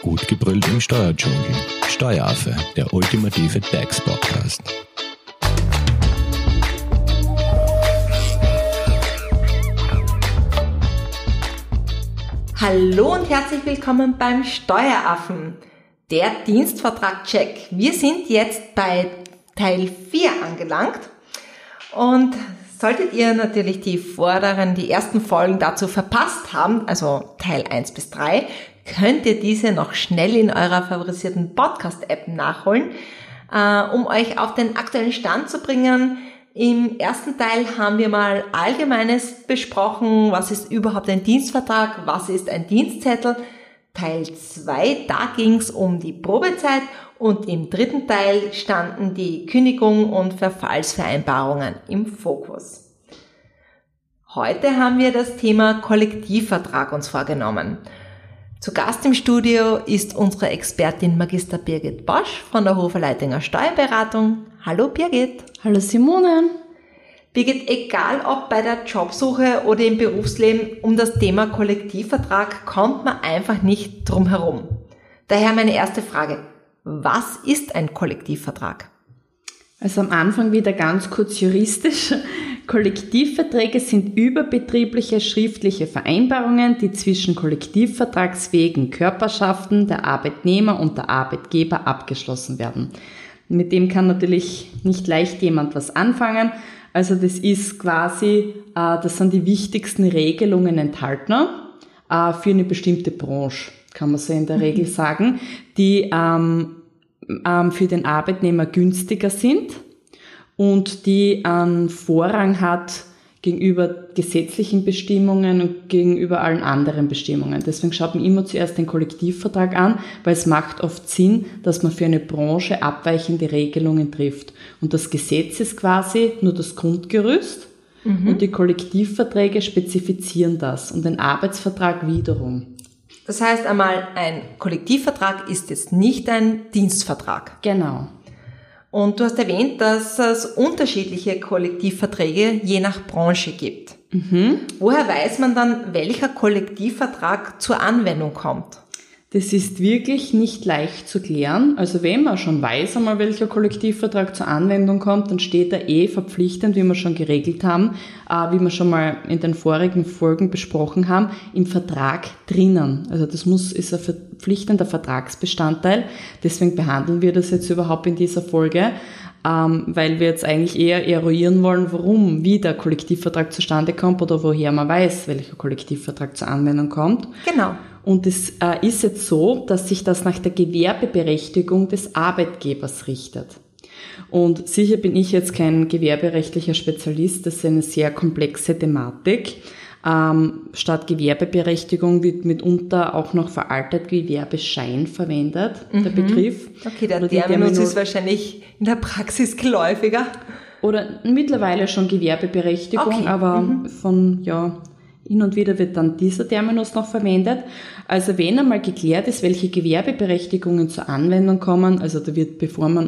Gut gebrüllt im Steuerdschungel. Steueraffe, der ultimative DAX-Podcast. Hallo und herzlich willkommen beim Steueraffen, der Dienstvertrag-Check. Wir sind jetzt bei Teil 4 angelangt und solltet ihr natürlich die ersten Folgen dazu verpasst haben, also Teil 1 bis 3, könnt ihr diese noch schnell in eurer favorisierten Podcast-App nachholen, um euch auf den aktuellen Stand zu bringen. Im ersten Teil haben wir mal Allgemeines besprochen, was ist überhaupt ein Dienstvertrag, was ist ein Dienstzettel. Teil 2, da ging es um die Probezeit und im dritten Teil standen die Kündigung und Verfallsvereinbarungen im Fokus. Heute haben wir das Thema Kollektivvertrag uns vorgenommen. Zu Gast im Studio ist unsere Expertin Magister Birgit Bosch von der Hofer-Leitinger Steuerberatung. Hallo Birgit. Hallo Simone. Birgit, egal ob bei der Jobsuche oder im Berufsleben, um das Thema Kollektivvertrag kommt man einfach nicht drum herum. Daher meine erste Frage. Was ist ein Kollektivvertrag? Also am Anfang wieder ganz kurz juristisch. Kollektivverträge sind überbetriebliche schriftliche Vereinbarungen, die zwischen kollektivvertragsfähigen Körperschaften, der Arbeitnehmer und der Arbeitgeber abgeschlossen werden. Mit dem kann natürlich nicht leicht jemand was anfangen. Also das ist quasi, das sind die wichtigsten Regelungen enthalten für eine bestimmte Branche, kann man so in der Regel sagen, die für den Arbeitnehmer günstiger sind und die einen Vorrang hat gegenüber gesetzlichen Bestimmungen und gegenüber allen anderen Bestimmungen. Deswegen schaut man immer zuerst den Kollektivvertrag an, weil es macht oft Sinn, dass man für eine Branche abweichende Regelungen trifft. Und das Gesetz ist quasi nur das Grundgerüst und die Kollektivverträge spezifizieren das und ein Arbeitsvertrag wiederum. Das heißt einmal, ein Kollektivvertrag ist jetzt nicht ein Dienstvertrag. Genau. Und du hast erwähnt, dass es unterschiedliche Kollektivverträge je nach Branche gibt. Woher weiß man dann, welcher Kollektivvertrag zur Anwendung kommt? Das ist wirklich nicht leicht zu klären. Also wenn man schon weiß einmal, welcher Kollektivvertrag zur Anwendung kommt, dann steht er verpflichtend, wie wir schon geregelt haben, wie wir schon mal in den vorigen Folgen besprochen haben, im Vertrag drinnen. Also das ist ein verpflichtender Vertragsbestandteil. Deswegen behandeln wir das jetzt überhaupt in dieser Folge, weil wir jetzt eigentlich eher eruieren wollen, wie der Kollektivvertrag zustande kommt oder woher man weiß, welcher Kollektivvertrag zur Anwendung kommt. Genau. Und es ist jetzt so, dass sich das nach der Gewerbeberechtigung des Arbeitgebers richtet. Und sicher bin ich jetzt kein gewerberechtlicher Spezialist, das ist eine sehr komplexe Thematik. Statt Gewerbeberechtigung wird mitunter auch noch veraltet Gewerbeschein verwendet, der Begriff. Okay, der Terminus ist wahrscheinlich in der Praxis geläufiger. Oder mittlerweile schon Gewerbeberechtigung, okay. Aber hin und wieder wird dann dieser Terminus noch verwendet. Also wenn einmal geklärt ist, welche Gewerbeberechtigungen zur Anwendung kommen, also da wird, bevor man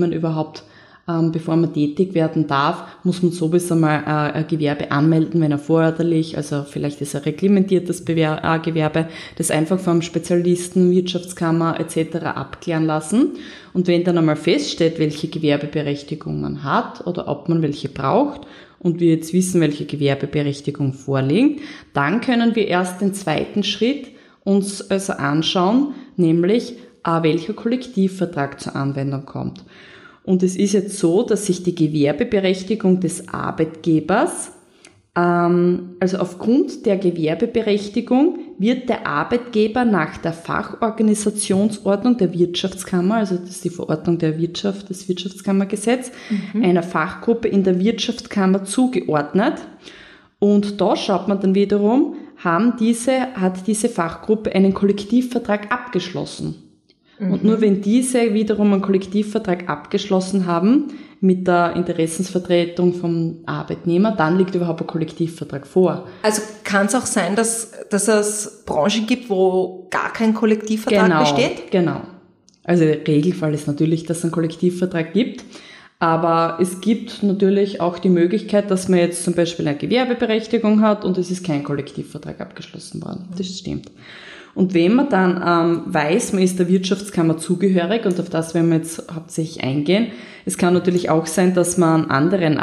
tätig werden darf, muss man sowieso mal ein Gewerbe anmelden, wenn erforderlich. Also vielleicht ist ein reglementiertes Gewerbe, das einfach vom Spezialisten, Wirtschaftskammer etc. abklären lassen. Und wenn dann einmal feststeht, welche Gewerbeberechtigung man hat oder ob man welche braucht, und wir jetzt wissen, welche Gewerbeberechtigung vorliegt, dann können wir erst den zweiten Schritt uns also anschauen, nämlich welcher Kollektivvertrag zur Anwendung kommt. Und es ist jetzt so, dass sich die Gewerbeberechtigung des Arbeitgebers, also aufgrund der Gewerbeberechtigung wird der Arbeitgeber nach der Fachorganisationsordnung der Wirtschaftskammer, also das ist die Verordnung der Wirtschaft, das Wirtschaftskammergesetz, einer Fachgruppe in der Wirtschaftskammer zugeordnet. Und da schaut man dann wiederum, hat diese Fachgruppe einen Kollektivvertrag abgeschlossen. Und nur wenn diese wiederum einen Kollektivvertrag abgeschlossen haben mit der Interessensvertretung vom Arbeitnehmer, dann liegt überhaupt ein Kollektivvertrag vor. Also kann es auch sein, dass es Branchen gibt, wo gar kein Kollektivvertrag besteht? Genau. Also der Regelfall ist natürlich, dass es einen Kollektivvertrag gibt. Aber es gibt natürlich auch die Möglichkeit, dass man jetzt zum Beispiel eine Gewerbeberechtigung hat und es ist kein Kollektivvertrag abgeschlossen worden. Das stimmt. Und wenn man dann weiß, man ist der Wirtschaftskammer zugehörig, und auf das werden wir jetzt hauptsächlich eingehen, es kann natürlich auch sein, dass man einen anderen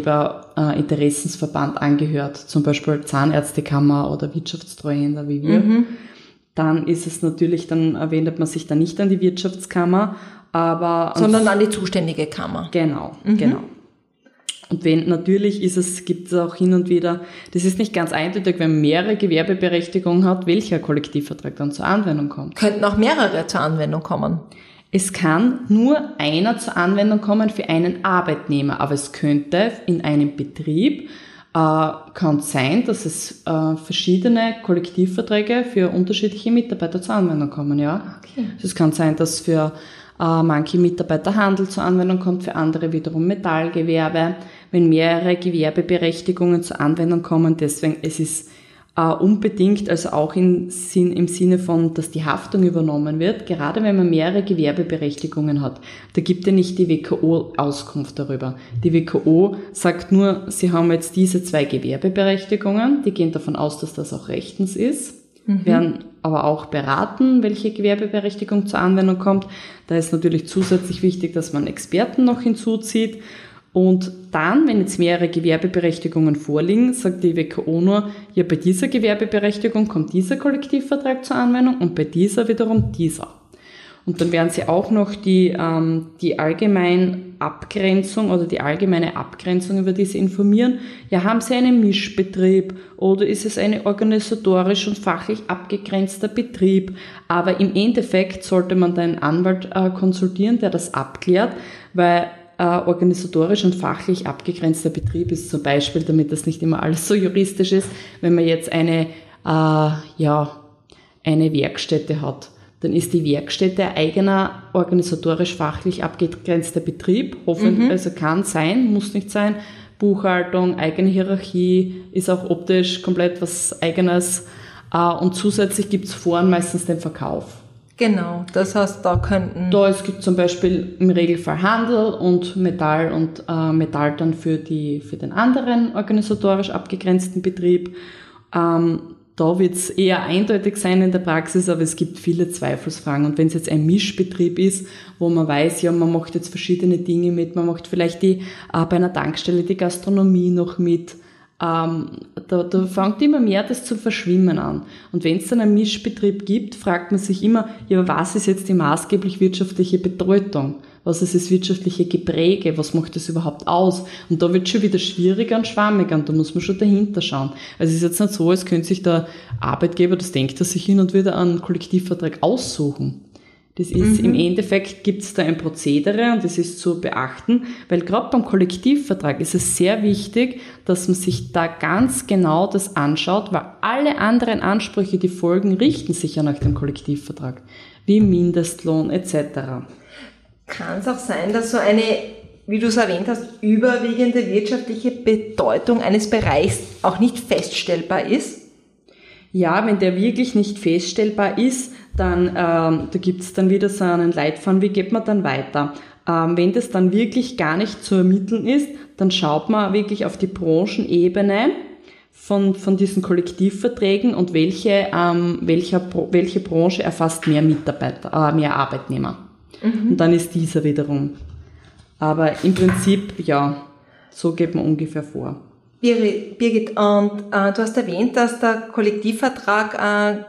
Arbeitgeber-Interessensverband angehört, zum Beispiel Zahnärztekammer oder Wirtschaftstreuhänder wie wir. Dann ist es natürlich, dann wendet man sich dann nicht an die Wirtschaftskammer, sondern an die zuständige Kammer. Genau, genau. Und natürlich gibt es auch hin und wieder, das ist nicht ganz eindeutig, wenn man mehrere Gewerbeberechtigungen hat, welcher Kollektivvertrag dann zur Anwendung kommt. Könnten auch mehrere zur Anwendung kommen? Es kann nur einer zur Anwendung kommen für einen Arbeitnehmer, aber es könnte in einem Betrieb, kann sein, dass es verschiedene Kollektivverträge für unterschiedliche Mitarbeiter zur Anwendung kommen, ja. Okay. Es kann sein, dass für manche Mitarbeiter Handel zur Anwendung kommt, für andere wiederum Metallgewerbe, wenn mehrere Gewerbeberechtigungen zur Anwendung kommen. Deswegen, es ist unbedingt, also auch im Sinne von, dass die Haftung übernommen wird, gerade wenn man mehrere Gewerbeberechtigungen hat. Da gibt ja nicht die WKO Auskunft darüber. Die WKO sagt nur, sie haben jetzt diese 2 Gewerbeberechtigungen, die gehen davon aus, dass das auch rechtens ist, werden aber auch beraten, welche Gewerbeberechtigung zur Anwendung kommt. Da ist natürlich zusätzlich wichtig, dass man Experten noch hinzuzieht. Und dann, wenn jetzt mehrere Gewerbeberechtigungen vorliegen, sagt die WKO nur, ja, bei dieser Gewerbeberechtigung kommt dieser Kollektivvertrag zur Anwendung und bei dieser wiederum dieser. Und dann werden sie auch noch die allgemeine Abgrenzung, über die sie informieren. Ja, haben sie einen Mischbetrieb oder ist es ein organisatorisch und fachlich abgegrenzter Betrieb? Aber im Endeffekt sollte man da einen Anwalt konsultieren, der das abklärt, weil organisatorisch und fachlich abgegrenzter Betrieb ist zum Beispiel, damit das nicht immer alles so juristisch ist, wenn man jetzt eine Werkstätte hat. Dann ist die Werkstätte ein eigener organisatorisch-fachlich abgegrenzter Betrieb. Hoffentlich, also kann sein, muss nicht sein. Buchhaltung, eigene Hierarchie, ist auch optisch komplett was Eigenes. Und zusätzlich gibt es vorn meistens den Verkauf. Genau, das heißt, es gibt zum Beispiel im Regelfall Handel und Metall Metall dann für den anderen organisatorisch abgegrenzten Betrieb. Da wird es eher eindeutig sein in der Praxis, aber es gibt viele Zweifelsfragen. Und wenn es jetzt ein Mischbetrieb ist, wo man weiß, ja, man macht jetzt verschiedene Dinge mit, man macht vielleicht bei einer Tankstelle die Gastronomie noch mit, da fängt immer mehr das zu verschwimmen an. Und wenn es dann einen Mischbetrieb gibt, fragt man sich immer, ja, was ist jetzt die maßgeblich wirtschaftliche Bedeutung? Was ist das wirtschaftliche Gepräge? Was macht das überhaupt aus? Und da wird es schon wieder schwieriger und schwammiger und da muss man schon dahinter schauen. Also es ist jetzt nicht so, als könnte sich der Arbeitgeber, das denkt er sich hin und wieder, einen Kollektivvertrag aussuchen. Das ist, im Endeffekt gibt es da ein Prozedere und das ist zu beachten, weil gerade beim Kollektivvertrag ist es sehr wichtig, dass man sich da ganz genau das anschaut, weil alle anderen Ansprüche, die folgen, richten sich ja nach dem Kollektivvertrag, wie Mindestlohn etc. Kann es auch sein, dass so eine, wie du es erwähnt hast, überwiegende wirtschaftliche Bedeutung eines Bereichs auch nicht feststellbar ist? Ja, wenn der wirklich nicht feststellbar ist, dann da gibt es dann wieder so einen Leitfaden, wie geht man dann weiter? Wenn das dann wirklich gar nicht zu ermitteln ist, dann schaut man wirklich auf die Branchenebene von diesen Kollektivverträgen und welche Branche erfasst mehr Mitarbeiter, mehr Arbeitnehmer. Und dann ist dieser wiederum. Aber im Prinzip, ja, so geht man ungefähr vor. Birgit, und du hast erwähnt, dass der Kollektivvertrag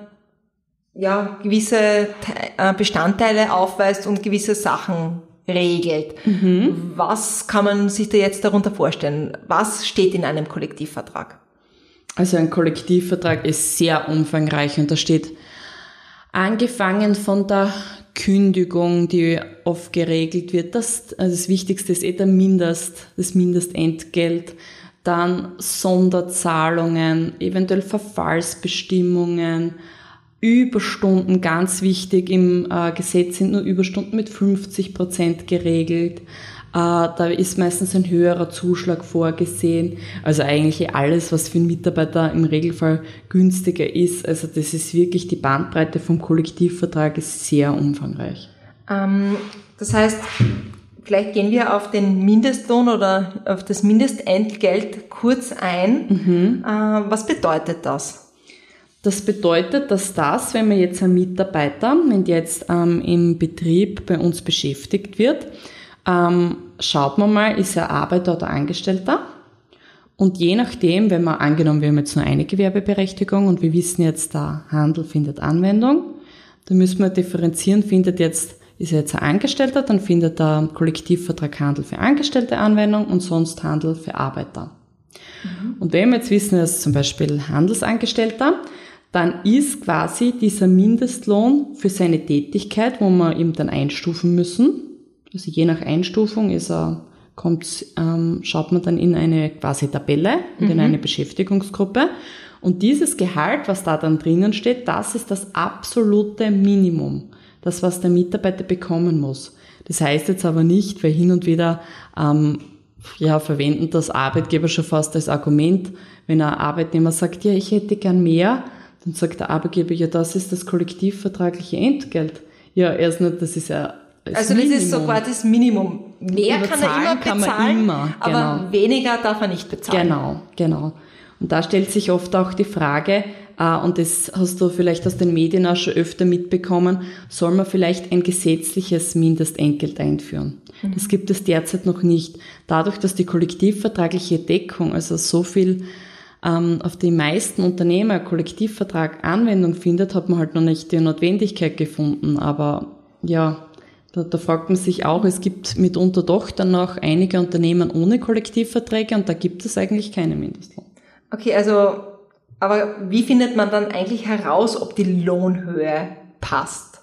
gewisse Bestandteile aufweist und gewisse Sachen regelt. Was kann man sich da jetzt darunter vorstellen? Was steht in einem Kollektivvertrag? Also ein Kollektivvertrag ist sehr umfangreich und da steht angefangen von der Kündigung, die oft geregelt wird. Das Wichtigste ist das Mindestentgelt, dann Sonderzahlungen, eventuell Verfallsbestimmungen, Überstunden, ganz wichtig, im Gesetz sind nur Überstunden mit 50% geregelt. Da ist meistens ein höherer Zuschlag vorgesehen. Also eigentlich alles, was für einen Mitarbeiter im Regelfall günstiger ist. Also das ist wirklich, die Bandbreite vom Kollektivvertrag ist sehr umfangreich. Das heißt, vielleicht gehen wir auf den Mindestlohn oder auf das Mindestentgelt kurz ein. Was bedeutet das? Das bedeutet, dass wenn man jetzt ein Mitarbeiter, wenn der jetzt im Betrieb bei uns beschäftigt wird, schaut man mal, ist er Arbeiter oder Angestellter? Und je nachdem, wenn wir angenommen, wir haben jetzt nur eine Gewerbeberechtigung und wir wissen jetzt, der Handel findet Anwendung, dann müssen wir differenzieren, ist er jetzt ein Angestellter, dann findet der Kollektivvertrag Handel für Angestellte Anwendung und sonst Handel für Arbeiter. Und wenn wir jetzt wissen, er ist zum Beispiel Handelsangestellter, dann ist quasi dieser Mindestlohn für seine Tätigkeit, wo wir ihm dann einstufen müssen. Also je nach Einstufung schaut man dann in eine quasi Tabelle und in eine Beschäftigungsgruppe. Und dieses Gehalt, was da dann drinnen steht, das ist das absolute Minimum. Das, was der Mitarbeiter bekommen muss. Das heißt jetzt aber nicht, weil hin und wieder verwenden das Arbeitgeber schon fast als Argument, wenn ein Arbeitnehmer sagt, ja, ich hätte gern mehr, dann sagt der Arbeitgeber, ja, das ist das kollektivvertragliche Entgelt. Ja, erst nicht, das ist ja das Minimum. Das ist so quasi das Minimum. Mehr kann er immer bezahlen, aber weniger darf er nicht bezahlen. Genau. Und da stellt sich oft auch die Frage, und das hast du vielleicht aus den Medien auch schon öfter mitbekommen, soll man vielleicht ein gesetzliches Mindestentgelt einführen? Das gibt es derzeit noch nicht. Dadurch, dass die kollektivvertragliche Deckung, also so viel auf die meisten Unternehmer Kollektivvertrag Anwendung findet, hat man halt noch nicht die Notwendigkeit gefunden. Aber ja, da fragt man sich auch, es gibt mitunter doch dann noch einige Unternehmen ohne Kollektivverträge und da gibt es eigentlich keine Mindestlohn. Okay, aber wie findet man dann eigentlich heraus, ob die Lohnhöhe passt?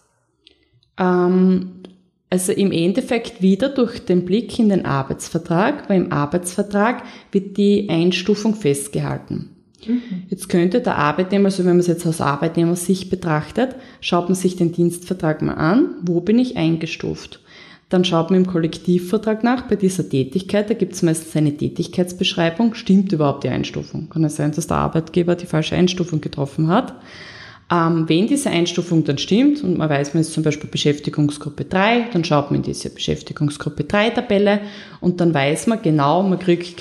Also im Endeffekt wieder durch den Blick in den Arbeitsvertrag, weil im Arbeitsvertrag wird die Einstufung festgehalten. Jetzt könnte der Arbeitnehmer, also wenn man es jetzt aus Arbeitnehmersicht betrachtet, schaut man sich den Dienstvertrag mal an, wo bin ich eingestuft? Dann schaut man im Kollektivvertrag nach bei dieser Tätigkeit, da gibt es meistens eine Tätigkeitsbeschreibung, stimmt überhaupt die Einstufung? Kann es sein, dass der Arbeitgeber die falsche Einstufung getroffen hat? Wenn diese Einstufung dann stimmt und man weiß, man ist zum Beispiel Beschäftigungsgruppe 3, dann schaut man in diese Beschäftigungsgruppe 3 Tabelle und dann weiß man genau, man kriegt,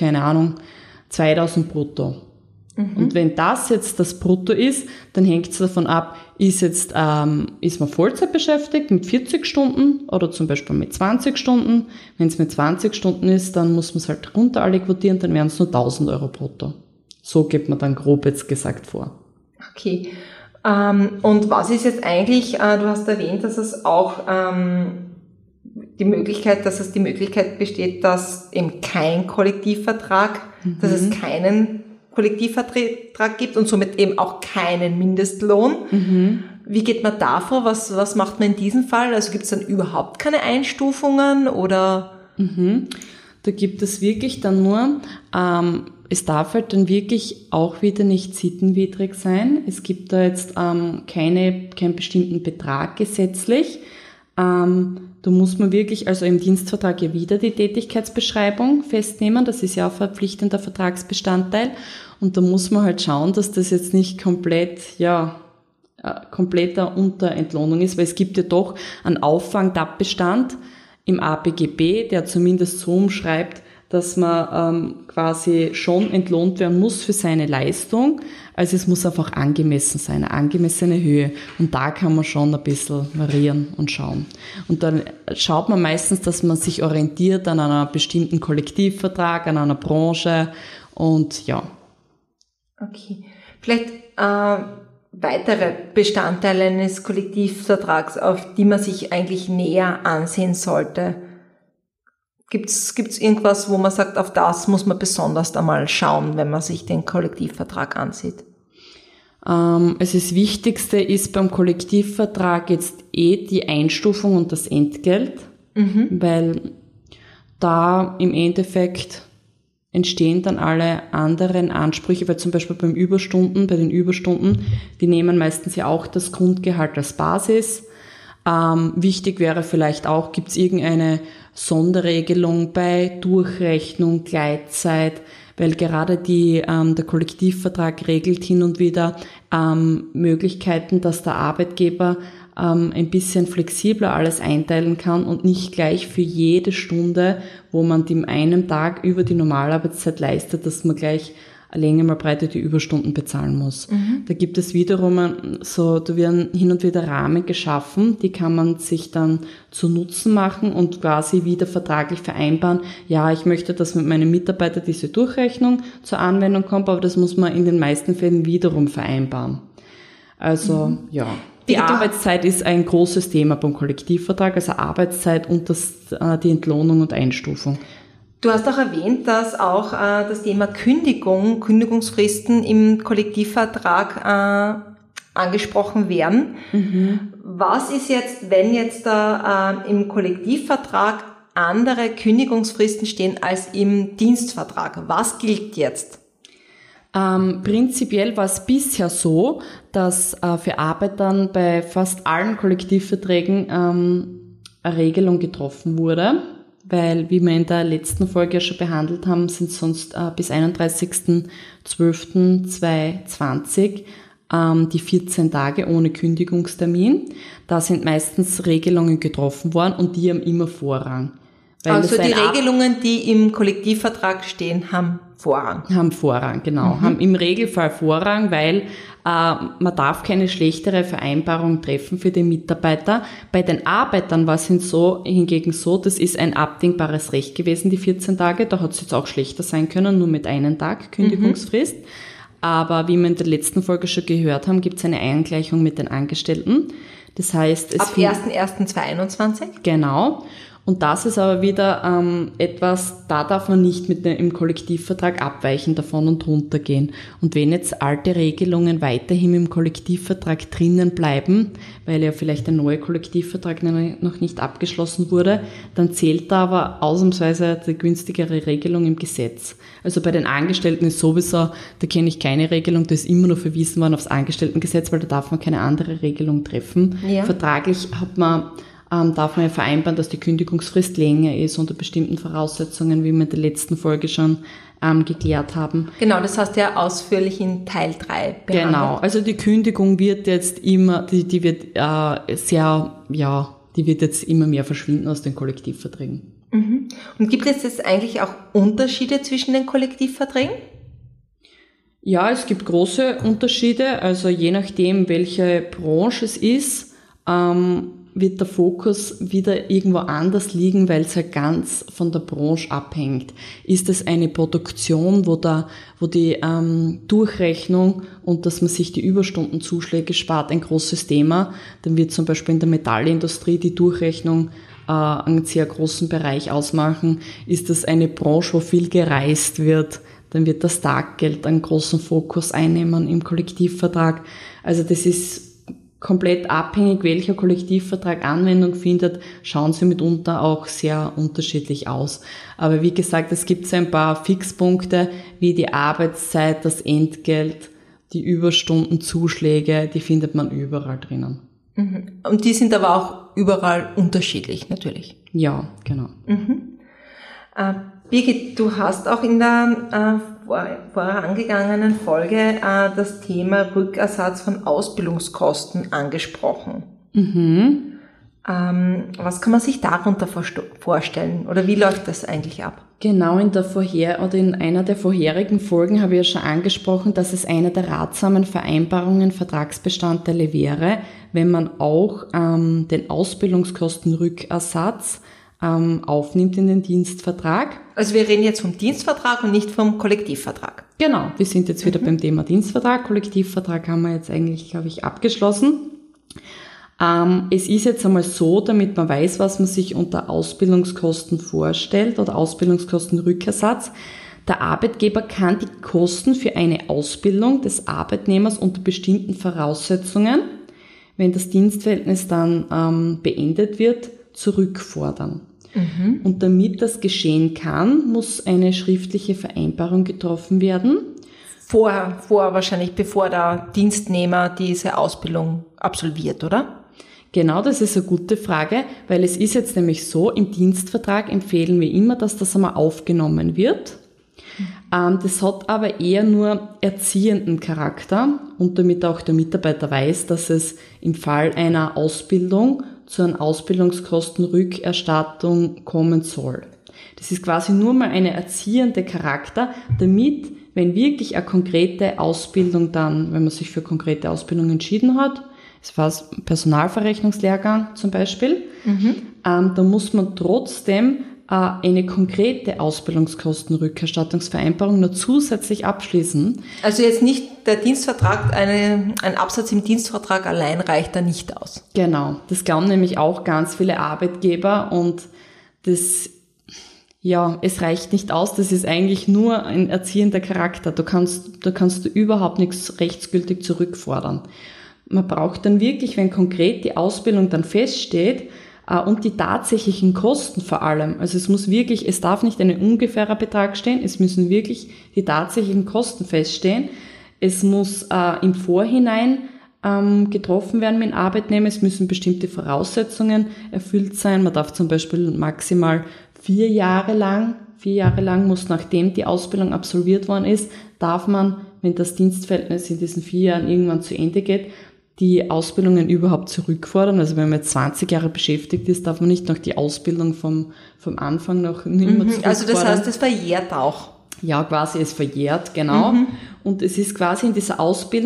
2000 brutto. Und wenn das jetzt das Brutto ist, dann hängt es davon ab, ist man Vollzeit beschäftigt mit 40 Stunden oder zum Beispiel mit 20 Stunden. Wenn es mit 20 Stunden ist, dann muss man es halt runter allokieren, dann wären es nur 1000 Euro brutto. So geht man dann grob jetzt gesagt vor. Okay. Und was ist jetzt eigentlich, du hast erwähnt, dass es auch die Möglichkeit besteht, dass eben kein Kollektivvertrag, dass es keinen Kollektivvertrag gibt und somit eben auch keinen Mindestlohn. Wie geht man da vor? Was macht man in diesem Fall? Also gibt es dann überhaupt keine Einstufungen oder? Da gibt es wirklich dann nur, es darf halt dann wirklich auch wieder nicht sittenwidrig sein. Es gibt da jetzt keinen bestimmten Betrag gesetzlich. Da muss man wirklich, also im Dienstvertrag ja wieder die Tätigkeitsbeschreibung festnehmen. Das ist ja auch verpflichtender Vertragsbestandteil. Und da muss man halt schauen, dass das jetzt nicht kompletter Unterentlohnung ist, weil es gibt ja doch einen Auffangtatbestand im APGB, der zumindest so umschreibt, dass man quasi schon entlohnt werden muss für seine Leistung. Also es muss einfach angemessen sein, eine angemessene Höhe. Und da kann man schon ein bisschen variieren und schauen. Und dann schaut man meistens, dass man sich orientiert an einem bestimmten Kollektivvertrag, an einer Branche und ja. Okay. Vielleicht weitere Bestandteile eines Kollektivvertrags, auf die man sich eigentlich näher ansehen sollte. Gibt's irgendwas, wo man sagt, auf das muss man besonders einmal schauen, wenn man sich den Kollektivvertrag ansieht? Also das Wichtigste ist beim Kollektivvertrag jetzt die Einstufung und das Entgelt, weil da im Endeffekt entstehen dann alle anderen Ansprüche, weil zum Beispiel bei den Überstunden, die nehmen meistens ja auch das Grundgehalt als Basis. Wichtig wäre vielleicht auch, gibt es irgendeine Sonderregelung bei Durchrechnung, Gleitzeit, weil gerade der Kollektivvertrag regelt hin und wieder Möglichkeiten, dass der Arbeitgeber ein bisschen flexibler alles einteilen kann und nicht gleich für jede Stunde, wo man dem einen Tag über die Normalarbeitszeit leistet, dass man gleich Länge mal Breite die Überstunden bezahlen muss. Da gibt es wiederum da werden hin und wieder Rahmen geschaffen, die kann man sich dann zu Nutzen machen und quasi wieder vertraglich vereinbaren. Ja, ich möchte, dass mit meinem Mitarbeiter diese Durchrechnung zur Anwendung kommt, aber das muss man in den meisten Fällen wiederum vereinbaren. Also, ja. Die Arbeitszeit ist ein großes Thema beim Kollektivvertrag, also Arbeitszeit und die Entlohnung und Einstufung. Du hast auch erwähnt, dass auch das Thema Kündigungsfristen im Kollektivvertrag angesprochen werden. Was ist jetzt, wenn jetzt da im Kollektivvertrag andere Kündigungsfristen stehen als im Dienstvertrag? Was gilt jetzt? Prinzipiell war es bisher so, dass für Arbeitern bei fast allen Kollektivverträgen eine Regelung getroffen wurde. Weil, wie wir in der letzten Folge ja schon behandelt haben, sind sonst bis 31.12.2020 die 14 Tage ohne Kündigungstermin. Da sind meistens Regelungen getroffen worden und die haben immer Vorrang. Also die Regelungen, die im Kollektivvertrag stehen, haben Vorrang. Haben Vorrang, genau. Haben im Regelfall Vorrang, weil man darf keine schlechtere Vereinbarung treffen für den Mitarbeiter. Bei den Arbeitern war es hingegen so, das ist ein abdingbares Recht gewesen, die 14 Tage. Da hat es jetzt auch schlechter sein können, nur mit einem Tag Kündigungsfrist. Aber wie wir in der letzten Folge schon gehört haben, gibt es eine Eingleichung mit den Angestellten. Das heißt, ab 1.1.2021? Genau. Und das ist aber wieder etwas, da darf man nicht im Kollektivvertrag abweichen davon und runtergehen. Und wenn jetzt alte Regelungen weiterhin im Kollektivvertrag drinnen bleiben, weil ja vielleicht ein neuer Kollektivvertrag noch nicht abgeschlossen wurde, dann zählt da aber ausnahmsweise die günstigere Regelung im Gesetz. Also bei den Angestellten ist sowieso, da kenne ich keine Regelung, da ist immer nur verwiesen worden aufs Angestelltengesetz, weil da darf man keine andere Regelung treffen. Ja. Vertraglich darf man ja vereinbaren, dass die Kündigungsfrist länger ist unter bestimmten Voraussetzungen, wie wir in der letzten Folge schon geklärt haben. Genau, das hast du ja ausführlich in Teil 3 behandelt. Genau, also die Kündigung wird jetzt immer, die wird jetzt immer mehr verschwinden aus den Kollektivverträgen. Und gibt es jetzt eigentlich auch Unterschiede zwischen den Kollektivverträgen? Ja, es gibt große Unterschiede, also je nachdem, welche Branche es ist, wird der Fokus wieder irgendwo anders liegen, weil es halt ganz von der Branche abhängt. Ist es eine Produktion, wo die Durchrechnung und dass man sich die Überstundenzuschläge spart, ein großes Thema, dann wird zum Beispiel in der Metallindustrie die Durchrechnung einen sehr großen Bereich ausmachen. Ist es eine Branche, wo viel gereist wird, dann wird das Taggeld einen großen Fokus einnehmen im Kollektivvertrag. Also das ist komplett abhängig, welcher Kollektivvertrag Anwendung findet, schauen sie mitunter auch sehr unterschiedlich aus. Aber wie gesagt, es gibt so ein paar Fixpunkte wie die Arbeitszeit, das Entgelt, die Überstundenzuschläge, die findet man überall drinnen. Und die sind aber auch überall unterschiedlich, natürlich. Ja, genau. Birgit, du hast auch in der vorangegangenen Folge das Thema Rückersatz von Ausbildungskosten angesprochen. Was kann man sich darunter vorstellen oder wie läuft das eigentlich ab? Genau, in einer der vorherigen Folgen habe ich ja schon angesprochen, dass es einer der ratsamen Vereinbarungen, Vertragsbestandteile wäre, wenn man auch den Ausbildungskostenrückersatz aufnimmt in den Dienstvertrag. Also wir reden jetzt vom Dienstvertrag und nicht vom Kollektivvertrag. Genau, wir sind jetzt wieder beim Thema Dienstvertrag. Kollektivvertrag haben wir jetzt eigentlich, glaube ich, abgeschlossen. Es ist jetzt einmal so, damit man weiß, was man sich unter Ausbildungskosten vorstellt oder Ausbildungskostenrückersatz. Der Arbeitgeber kann die Kosten für eine Ausbildung des Arbeitnehmers unter bestimmten Voraussetzungen, wenn das Dienstverhältnis dann beendet wird, zurückfordern. Und damit das geschehen kann, muss eine schriftliche Vereinbarung getroffen werden. Wahrscheinlich bevor der Dienstnehmer diese Ausbildung absolviert, oder? Genau, das ist eine gute Frage, weil es ist jetzt nämlich so, im Dienstvertrag empfehlen wir immer, dass das einmal aufgenommen wird. Das hat aber eher nur erziehenden Charakter und damit auch der Mitarbeiter weiß, dass es im Fall einer Ausbildung zu einer Ausbildungskostenrückerstattung kommen soll. Das ist quasi nur mal eine erziehende Charakter, damit, wenn wirklich eine konkrete Ausbildung dann, wenn man sich für konkrete Ausbildung entschieden hat, es war Personalverrechnungslehrgang zum Beispiel, dann muss man trotzdem eine konkrete Ausbildungskostenrückerstattungsvereinbarung noch zusätzlich abschließen. Also jetzt nicht der Dienstvertrag, ein Absatz im Dienstvertrag allein reicht da nicht aus. Genau, das glauben nämlich auch ganz viele Arbeitgeber und es reicht nicht aus, das ist eigentlich nur ein erziehender Charakter. Da kannst du überhaupt nichts rechtsgültig zurückfordern. Man braucht dann wirklich, wenn konkret die Ausbildung dann feststeht, und die tatsächlichen Kosten vor allem. Also es darf nicht ein ungefährer Betrag stehen, es müssen wirklich die tatsächlichen Kosten feststehen. Es muss im Vorhinein getroffen werden mit dem Arbeitnehmer, es müssen bestimmte Voraussetzungen erfüllt sein. Man darf zum Beispiel maximal 4 Jahre lang muss, nachdem die Ausbildung absolviert worden ist, darf man, wenn das Dienstverhältnis in diesen 4 Jahren irgendwann zu Ende geht, die Ausbildungen überhaupt zurückfordern. Also wenn man jetzt 20 Jahre beschäftigt ist, darf man nicht noch die Ausbildung vom Anfang noch nicht mehr zurückfordern. Also das heißt, es verjährt auch. Ja, quasi, es verjährt, genau. Und es ist quasi in dieser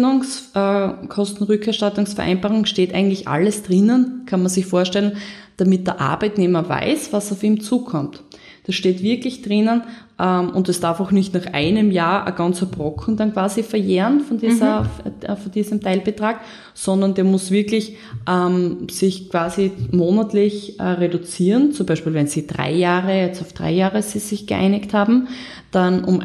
Ausbildungskostenrückerstattungsvereinbarung steht eigentlich alles drinnen, kann man sich vorstellen, damit der Arbeitnehmer weiß, was auf ihm zukommt. Das steht wirklich drinnen und es darf auch nicht nach einem Jahr ein ganzer Brocken dann quasi verjähren von diesem Teilbetrag, sondern der muss wirklich sich quasi monatlich reduzieren. Zum Beispiel, wenn Sie 3 Jahre, jetzt auf 3 Jahre Sie sich geeinigt haben, dann um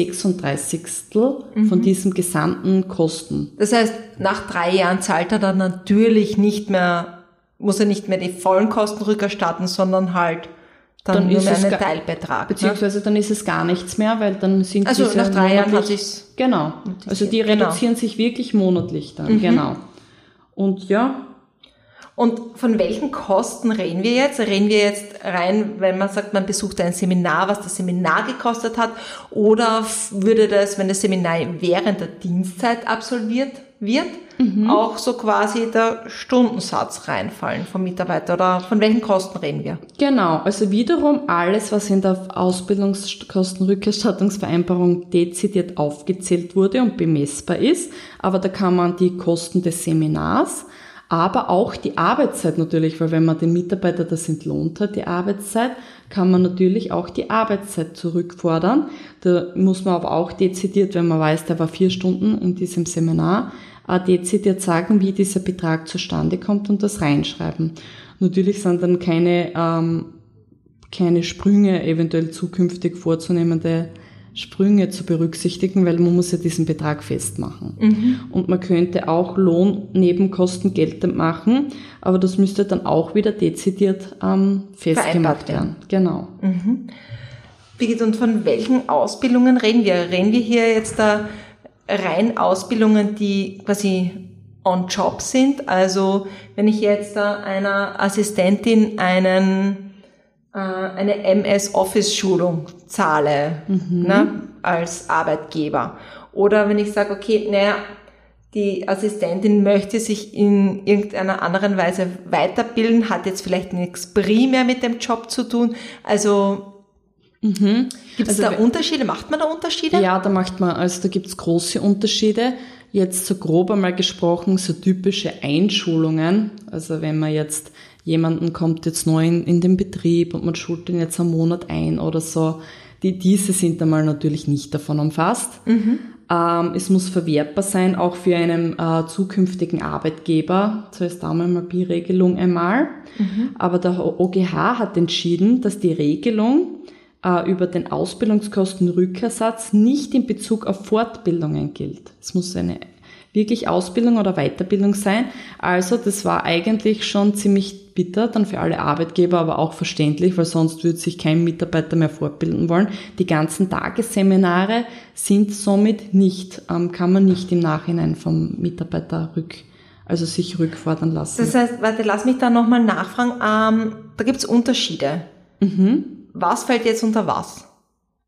1/36 von diesem gesamten Kosten. Das heißt, nach 3 Jahren zahlt er dann natürlich muss er nicht mehr die vollen Kosten rückerstatten, sondern halt dann nur mehr einen Teilbetrag. Beziehungsweise dann ist es gar nichts mehr, weil dann sind also diese nach 3 Jahren hat sich's. Genau. Also die reduzieren sich wirklich monatlich dann, genau. Und ja. Und von welchen Kosten reden wir jetzt? Reden wir jetzt rein, wenn man sagt, man besucht ein Seminar, was das Seminar gekostet hat, oder würde das, wenn das Seminar während der Dienstzeit absolviert wird, auch so quasi der Stundensatz reinfallen vom Mitarbeiter, oder von welchen Kosten reden wir? Genau, also wiederum alles, was in der Ausbildungskostenrückerstattungsvereinbarung dezidiert aufgezählt wurde und bemessbar ist, aber da kann man die Kosten des Seminars, aber auch die Arbeitszeit natürlich, weil wenn man den Mitarbeiter das entlohnt hat, die Arbeitszeit, kann man natürlich auch die Arbeitszeit zurückfordern. Da muss man aber auch dezidiert, wenn man weiß, der war 4 Stunden in diesem Seminar, dezidiert sagen, wie dieser Betrag zustande kommt und das reinschreiben. Natürlich sind dann keine Sprünge, eventuell zukünftig vorzunehmende Sprünge zu berücksichtigen, weil man muss ja diesen Betrag festmachen. Und man könnte auch Lohnnebenkosten geltend machen, aber das müsste dann auch wieder dezidiert festgemacht werden. Genau. Birgit, und von welchen Ausbildungen reden wir? Reden wir hier jetzt da rein Ausbildungen, die quasi on job sind? Also wenn ich jetzt da einer Assistentin eine MS-Office-Schulung zahle, als Arbeitgeber. Oder wenn ich sage, okay, die Assistentin möchte sich in irgendeiner anderen Weise weiterbilden, hat jetzt vielleicht nichts primär mit dem Job zu tun. Also gibt es da Unterschiede? Macht man da Unterschiede? Ja, da gibt es große Unterschiede. Jetzt so grob einmal gesprochen, so typische Einschulungen. Also wenn man jetzt jemanden kommt jetzt neu in den Betrieb und man schult ihn jetzt einen Monat ein oder so, diese sind einmal natürlich nicht davon umfasst. Es muss verwertbar sein, auch für einen zukünftigen Arbeitgeber. So ist da mal die Regelung einmal. Aber der OGH hat entschieden, dass die Regelung über den Ausbildungskostenrückersatz nicht in Bezug auf Fortbildungen gilt. Es muss eine wirklich Ausbildung oder Weiterbildung sein. Also das war eigentlich schon ziemlich bitter dann für alle Arbeitgeber, aber auch verständlich, weil sonst würde sich kein Mitarbeiter mehr fortbilden wollen. Die ganzen Tagesseminare sind somit nicht, kann man nicht im Nachhinein vom Mitarbeiter sich rückfordern lassen. Das heißt, warte, lass mich da nochmal nachfragen. Da gibt's Unterschiede. Was fällt jetzt unter was?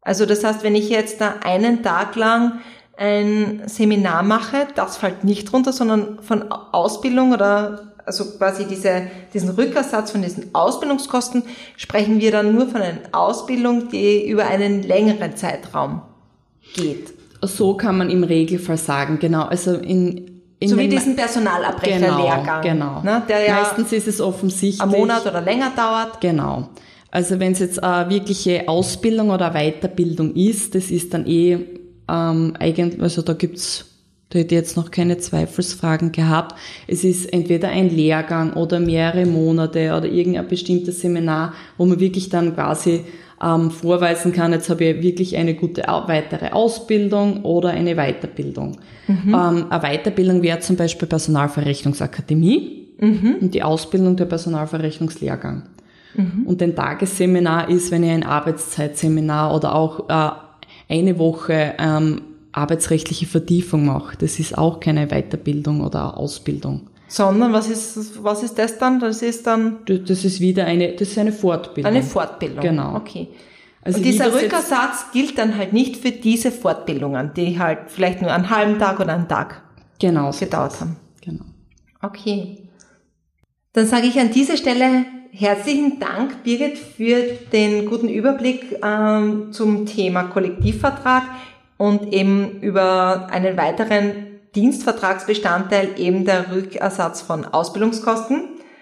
Also das heißt, wenn ich jetzt da einen Tag lang ein Seminar mache, das fällt nicht runter, sondern von Ausbildung oder also quasi diesen Rückersatz von diesen Ausbildungskosten sprechen wir dann nur von einer Ausbildung, die über einen längeren Zeitraum geht. So kann man im Regelfall sagen, genau. Also so wie diesen Personalabbrecherlehrgang. Genau. Ne, der ja meistens ist es offensichtlich einen Monat oder länger dauert. Genau. Also wenn es jetzt eine wirkliche Ausbildung oder Weiterbildung ist, das ist dann eigentlich, also da hätte ich jetzt noch keine Zweifelsfragen gehabt. Es ist entweder ein Lehrgang oder mehrere Monate oder irgendein bestimmtes Seminar, wo man wirklich dann quasi vorweisen kann, jetzt habe ich wirklich eine gute weitere Ausbildung oder eine Weiterbildung. Eine Weiterbildung wäre zum Beispiel Personalverrechnungsakademie und die Ausbildung der Personalverrechnungslehrgang. Und ein Tagesseminar ist, wenn ich ein Arbeitszeitseminar oder auch eine Woche arbeitsrechtliche Vertiefung mache. Das ist auch keine Weiterbildung oder Ausbildung. Sondern was ist das dann? Das ist wieder eine Fortbildung. Eine Fortbildung. Genau. Okay. Also und dieser Rückersatz gilt dann halt nicht für diese Fortbildungen, die halt vielleicht nur einen halben Tag oder einen Tag gedauert haben. Genau. Okay. Dann sage ich an dieser Stelle herzlichen Dank, Birgit, für den guten Überblick zum Thema Kollektivvertrag und eben über einen weiteren Dienstvertragsbestandteil, eben der Rückersatz von Ausbildungskosten.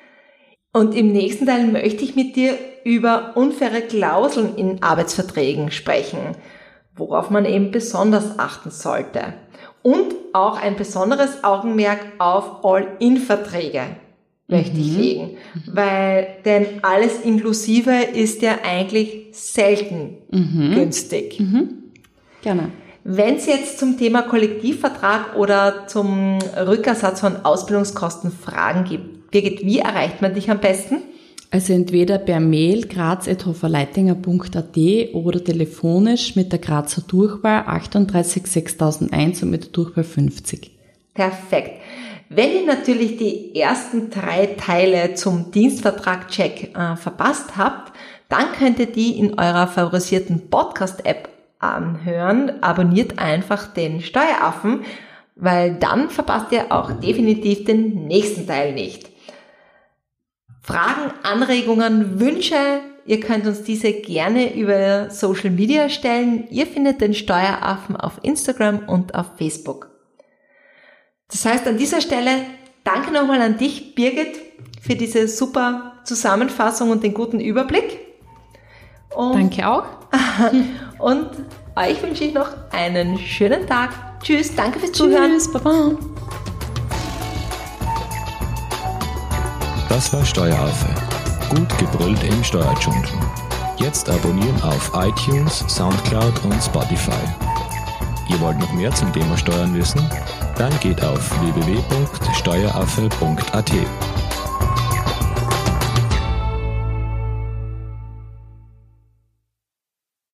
Und im nächsten Teil möchte ich mit dir über unfaire Klauseln in Arbeitsverträgen sprechen, worauf man eben besonders achten sollte. Und auch ein besonderes Augenmerk auf All-in-Verträge möchte ich legen, denn alles inklusive ist ja eigentlich selten günstig. Gerne. Wenn es jetzt zum Thema Kollektivvertrag oder zum Rückersatz von Ausbildungskosten Fragen gibt, Birgit, wie erreicht man dich am besten? Also entweder per Mail graz@hoferleitinger.at oder telefonisch mit der Grazer Durchwahl 38 6001 und mit der Durchwahl 50. Perfekt. Wenn ihr natürlich die ersten 3 Teile zum Dienstvertrag-Check verpasst habt, dann könnt ihr die in eurer favorisierten Podcast-App anhören. Abonniert einfach den Steueraffen, weil dann verpasst ihr auch definitiv den nächsten Teil nicht. Fragen, Anregungen, Wünsche, ihr könnt uns diese gerne über Social Media stellen. Ihr findet den Steueraffen auf Instagram und auf Facebook. Das heißt, an dieser Stelle danke nochmal an dich, Birgit, für diese super Zusammenfassung und den guten Überblick. Danke auch. Und euch wünsche ich noch einen schönen Tag. Tschüss, danke fürs Zuhören. Tschüss, Baba. Das war Steueraffe. Gut gebrüllt im Steuerdschungel. Jetzt abonnieren auf iTunes, Soundcloud und Spotify. Ihr wollt noch mehr zum Thema Steuern wissen? Dann geht auf www.steueraffe.at.